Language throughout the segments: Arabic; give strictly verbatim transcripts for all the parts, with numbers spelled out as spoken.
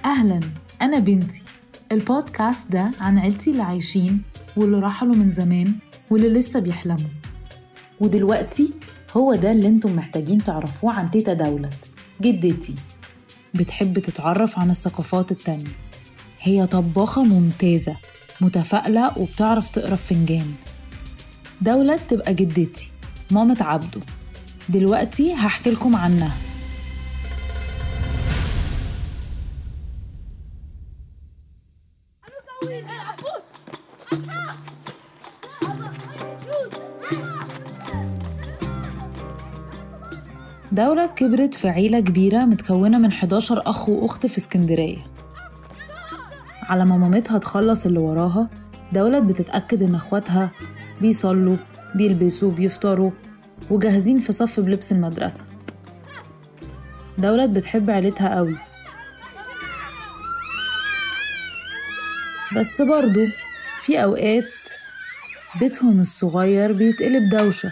أهلاً، أنا بنتي. البودكاست ده عن عيلتي اللي عايشين واللي رحلوا من زمان واللي لسه بيحلموا. ودلوقتي هو ده اللي انتم محتاجين تعرفوه عن تيتا دولت جدتي. بتحب تتعرف عن الثقافات التانية. هي طباخة ممتازة، متفائلة وبتعرف تقرأ فنجان. دولت تبقى جدتي، مامة عبده. دلوقتي هحكي لكم عنها. دولت كبرت في عيلة كبيرة متكونة من حداشر أخ وأخت في اسكندرية. على ما مامتها تخلص اللي وراها، دولت بتتأكد إن أخواتها بيصلوا، بيلبسوا، بيفطروا وجاهزين في صف بلبس المدرسة. دولت بتحب عيلتها قوي، بس برضو في أوقات بيتهم الصغير بيتقلب دوشة.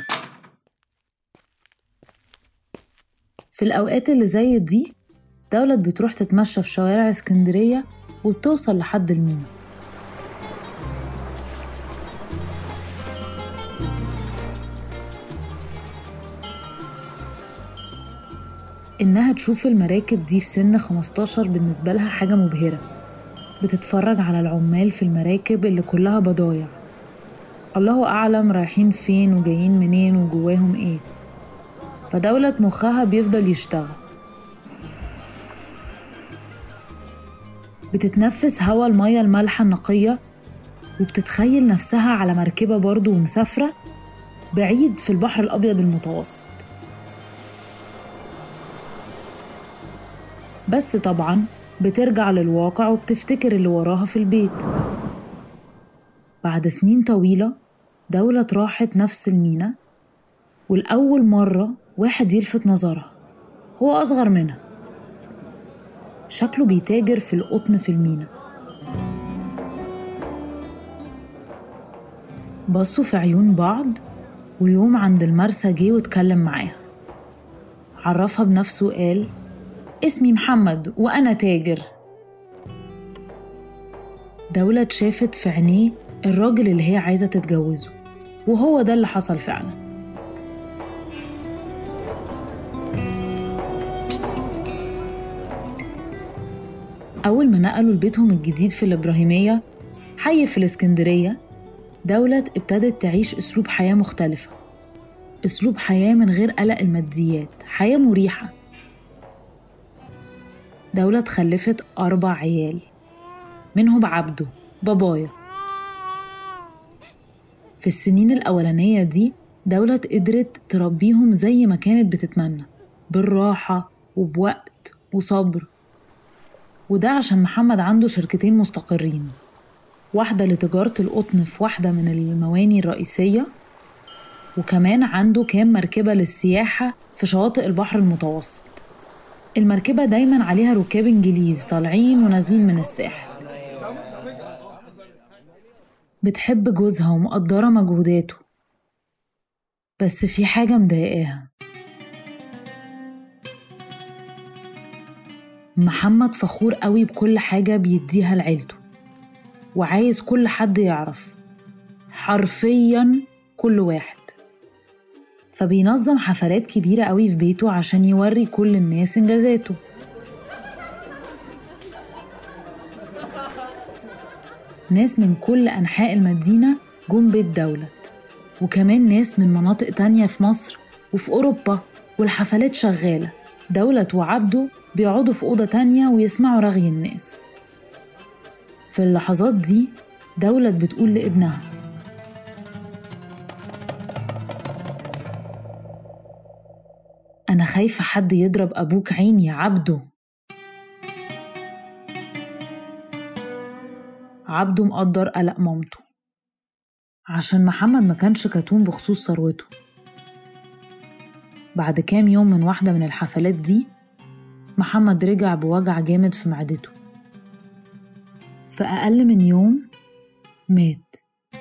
في الأوقات اللي زي دي دولت بتروح تتمشى في شوارع اسكندرية وبتوصل لحد المينا. إنها تشوف المراكب دي في سن خمستاشر بالنسبة لها حاجة مبهرة. بتتفرج على العمال في المراكب اللي كلها بضايع، الله أعلم رايحين فين وجايين منين وجواهم إيه. فدولت مخها بيفضل يشتغل. بتتنفس هوا المية المالحة النقية وبتتخيل نفسها على مركبة برضو ومسافرة بعيد في البحر الأبيض المتوسط. بس طبعا بترجع للواقع وبتفتكر اللي وراها في البيت. بعد سنين طويلة دولة راحت نفس المينا، والأول مرة واحد يلفت نظرها. هو أصغر منها، شكله بيتاجر في القطن في المينا. بصوا في عيون بعض، ويوم عند المرسى جه واتكلم معاها. عرفها بنفسه، قال: اسمي محمد وأنا تاجر. دولة شافت في عينيه الراجل اللي هي عايزة تتجوزه، وهو ده اللي حصل فعلا. أول ما نقلوا لبيتهم الجديد في الإبراهيمية، حي في الإسكندرية، دولة ابتدت تعيش أسلوب حياة مختلفة. أسلوب حياة من غير قلق الماديات، حياة مريحة. دولة خلفت أربع عيال، منهم عبده بابايا. في السنين الأولانية دي دولة قدرت تربيهم زي ما كانت بتتمنى، بالراحة وبوقت وصبر. وده عشان محمد عنده شركتين مستقرين، واحدة لتجارة القطن في واحدة من المواني الرئيسية، وكمان عنده كام مركبة للسياحة في شواطئ البحر المتوسط. المركبة دايما عليها ركاب إنجليز طالعين ونازلين من الساحل. بتحب جوزها ومقدرة مجهوداته، بس في حاجة مضايقاها. محمد فخور قوي بكل حاجة بيديها لعيلته، وعايز كل حد يعرف، حرفياً كل واحد. فبينظم حفلات كبيرة قوي في بيته عشان يوري كل الناس إنجازاته. ناس من كل أنحاء المدينة جم بيت دولت، وكمان ناس من مناطق تانية في مصر وفي أوروبا، والحفلات شغالة. دولت وعبده بيقعدوا في أوضة تانية ويسمعوا رغي الناس. في اللحظات دي دولت بتقول لابنها: أنا خايفة حد يضرب أبوك، عيني يا عبده. عبده مقدر قلق مامته، عشان محمد ما كانش كتوم بخصوص ثروته. بعد كام يوم من واحدة من الحفلات دي، محمد رجع بوجع جامد في معدته. في أقل من يوم مات.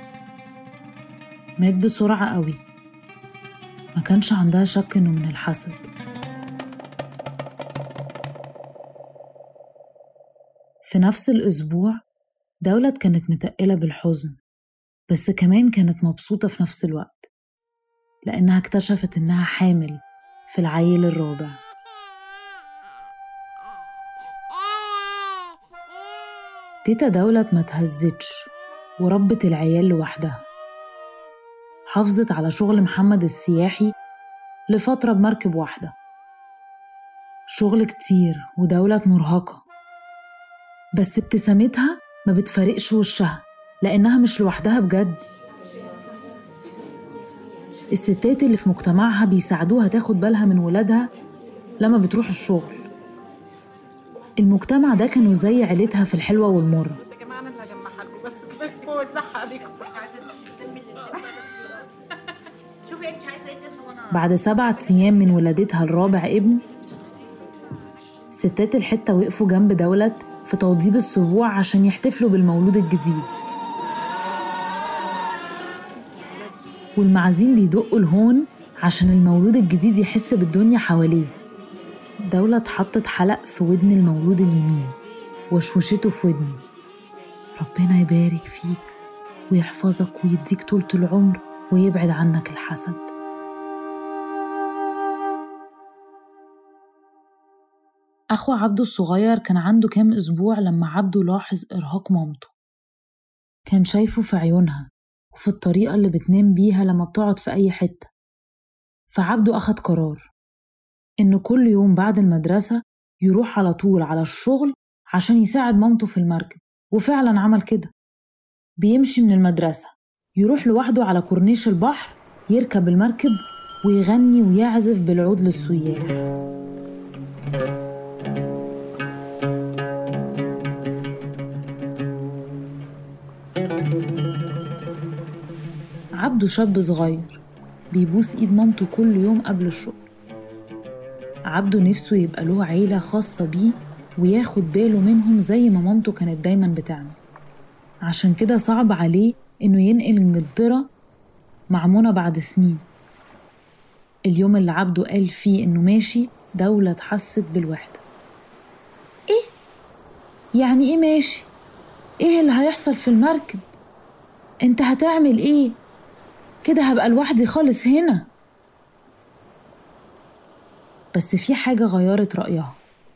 مات بسرعة قوي، ما كانش عندها شك إنه من الحسد. في نفس الأسبوع دولت كانت متقلة بالحزن، بس كمان كانت مبسوطة في نفس الوقت لأنها اكتشفت إنها حامل في العيل الرابع. تيتا دولت ما تهزتش وربت العيال لوحدها. حافظت على شغل محمد السياحي لفترة بمركب واحدة، شغل كتير ودولت مرهقة، بس ابتسامتها ما بتفارقش وشها لأنها مش لوحدها بجد. الستات اللي في مجتمعها بيساعدوها تاخد بالها من ولادها لما بتروح الشغل. المجتمع ده كانوا زي عيلتها في الحلوة والمرة. بس يا جماعة أنا اللي هجمعها لكم، بس كفاية وزعها عليكم. شوفي أنت عايزة إيه. بعد سبعة أيام من ولادتها الرابع ابن، ستات الحتة وقفوا جنب دولت في توضيب السبوع عشان يحتفلوا بالمولود الجديد، والمعازيم بيدقوا الهون عشان المولود الجديد يحس بالدنيا حواليه. دولت حطت حلق في ودن المولود اليمين وشوشته في ودنه: ربنا يبارك فيك ويحفظك ويديك طولة العمر ويبعد عنك الحسد. أخو عبده الصغير كان عنده كام أسبوع لما عبده لاحظ إرهاق مامته. كان شايفه في عيونها وفي الطريقة اللي بتنام بيها لما بتقعد في أي حتة. فعبده أخد قرار إنه كل يوم بعد المدرسة يروح على طول على الشغل عشان يساعد مامته في المركب، وفعلا عمل كده. بيمشي من المدرسة يروح لوحده على كورنيش البحر، يركب المركب ويغني ويعزف بالعود للسياح. عبده شاب صغير بيبوس ايد مامته كل يوم قبل الشغل. عبده نفسه يبقى له عيلة خاصة بيه وياخد باله منهم زي ما مامته كانت دايما بتعمل. عشان كده صعب عليه انه ينقل انجلترا مع منى بعد سنين. اليوم اللي عبده قال فيه انه ماشي، دولة حست بالوحدة. ايه؟ يعني ايه ماشي؟ ايه اللي هيحصل في المركب؟ انت هتعمل ايه؟ كده هبقى لوحدي خالص هنا. بس في حاجة غيرت رأيها.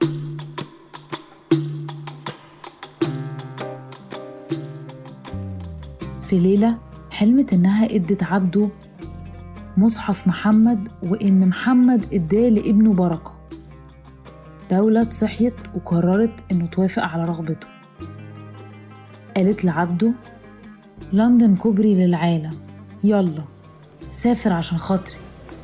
في ليلة حلمت إنها إدت عبده مصحف محمد، وإن محمد إداه لابنه بركة. دولة صحيت وقررت إنه توافق على رغبته. قالت لعبده: لندن كوبري للعالم، يلا سافر عشان خاطري.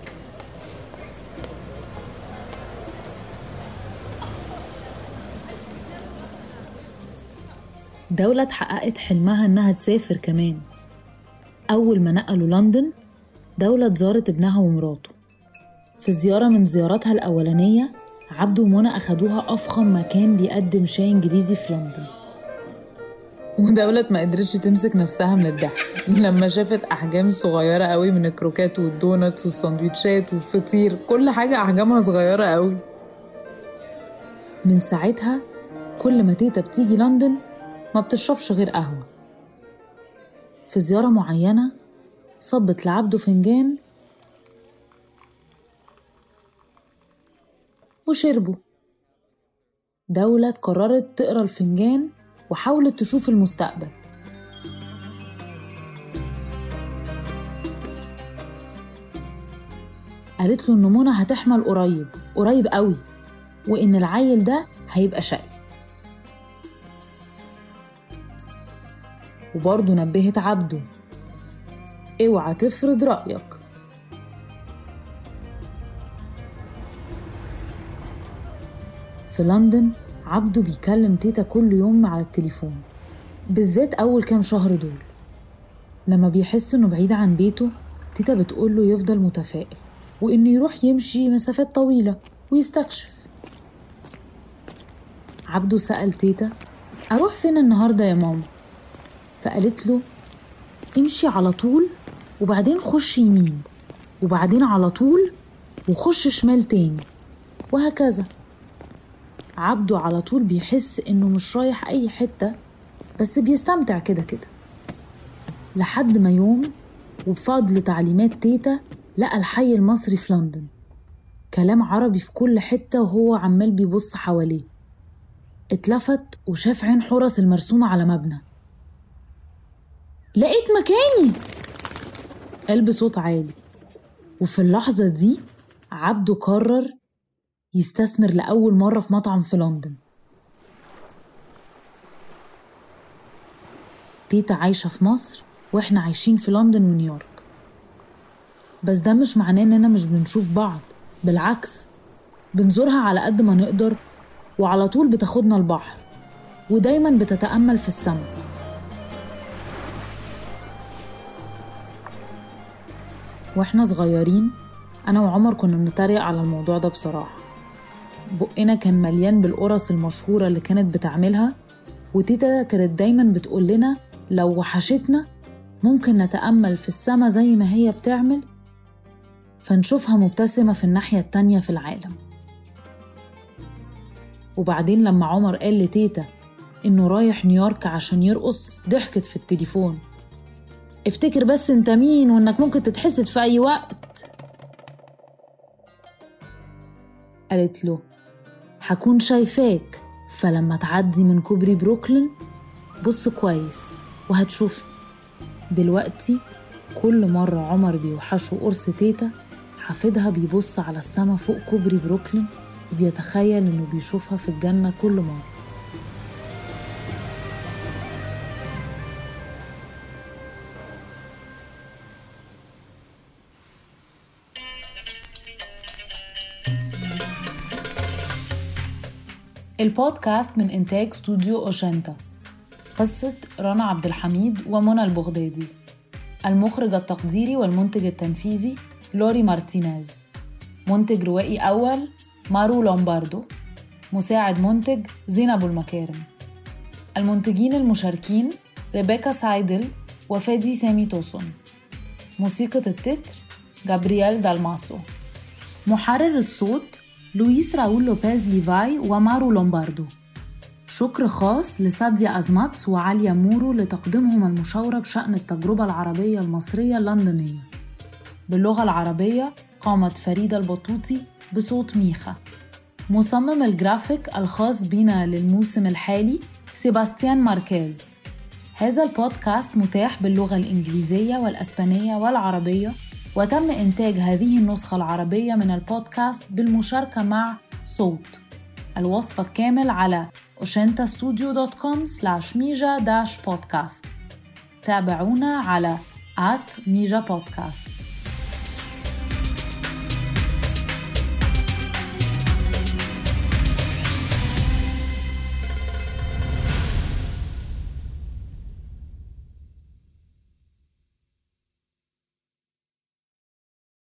دولة حققت حلمها إنها تسافر كمان. أول ما نقلوا لندن، دولة زارت ابنها ومراته. في زيارة من زياراتها الأولانية، عبده ومنى أخدوها أفخم مكان بيقدم شاي إنجليزي في لندن. ودولة ما قدرتش تمسك نفسها من الضحك لما شافت أحجام صغيرة قوي من الكروكات والدونتس والساندويتشات والفطير، كل حاجة أحجامها صغيرة قوي. من ساعتها كل ما تيتا بتيجي لندن ما بتشربش غير قهوة. في زيارة معينة صبت لعبده فنجان وشربه. دولة قررت تقرأ الفنجان وحاولت تشوف المستقبل. قالت له إن منى هتحمل قريب قريب قوي، وإن العيل ده هيبقى شقي. وبرضه نبهت عبده: اوعى تفرض رأيك. في لندن عبده بيكلم تيتا كل يوم على التليفون، بالذات أول كام شهر دول. لما بيحس إنه بعيد عن بيته، تيتا بتقوله يفضل متفائل وإنه يروح يمشي مسافات طويلة ويستكشف. عبده سأل تيتا: أروح فين النهاردة يا ماما؟ فقالت له: امشي على طول وبعدين خش يمين وبعدين على طول وخش شمال تاني، وهكذا. عبده على طول بيحس إنه مش رايح أي حتة، بس بيستمتع كده كده. لحد ما يوم وبفضل تعليمات تيتا لقى الحي المصري في لندن، كلام عربي في كل حتة وهو عمال بيبص حواليه. اتلفت وشاف عين حرس المرسومة على مبنى. لقيت مكاني، قال بصوت عالي. وفي اللحظة دي عبده قرر يستثمر لأول مرة في مطعم في لندن. تيتا عايشة في مصر وإحنا عايشين في لندن ونيويورك، بس ده مش معناه إننا مش بنشوف بعض، بالعكس بنزورها على قد ما نقدر، وعلى طول بتاخدنا البحر ودايما بتتأمل في السماء. وإحنا صغيرين أنا وعمر كنا بنتريق على الموضوع ده بصراحة. بقنا كان مليان بالقرص المشهورة اللي كانت بتعملها، وتيتا كانت دايما بتقول لنا لو وحشتنا ممكن نتأمل في السما زي ما هي بتعمل، فنشوفها مبتسمة في الناحية التانية في العالم. وبعدين لما عمر قال لتيتا إنه رايح نيويورك عشان يرقص، ضحكت في التليفون. افتكر بس انت مين وإنك ممكن تتحسد في أي وقت. قالت له هكون شايفاك، فلما تعدي من كوبري بروكلين بص كويس وهتشوفني. دلوقتي كل مرة عمر بيوحشه قرص تيتا، حفيدها بيبص على السما فوق كوبري بروكلين وبيتخيل إنه بيشوفها في الجنة كل مرة. البودكاست من إنتاج استوديو أوشنتا. قصة رنا عبد الحميد ومنى البغدادي. المخرج التقديري والمنتج التنفيذي لوري مارتينيز. منتج روائي أول مارو لومباردو. مساعد منتج زينب المكارم. المنتجين المشاركين ريبيكا سايدل وفادي سامي توسون. موسيقى التتر جابرييل دالماسو. محرر الصوت لويس راول لوبيز ليفاي ومارو لومباردو. شكر خاص لساديا أزماتس وعاليا مورو لتقديمهم المشاورة بشأن التجربة العربية المصرية اللندنية. باللغة العربية قامت فريدة البطوطي بصوت ميخا. مصمم الجرافيك الخاص بنا للموسم الحالي سيباستيان ماركيز. هذا البودكاست متاح باللغة الإنجليزية والأسبانية والعربية، وتم إنتاج هذه النسخة العربية من البودكاست بالمشاركة مع صوت. الوصف الكامل على اوشنتا ستوديو دوت كوم سلاش ميجا داش بودكاست. تابعونا على آت ميجا بودكاست.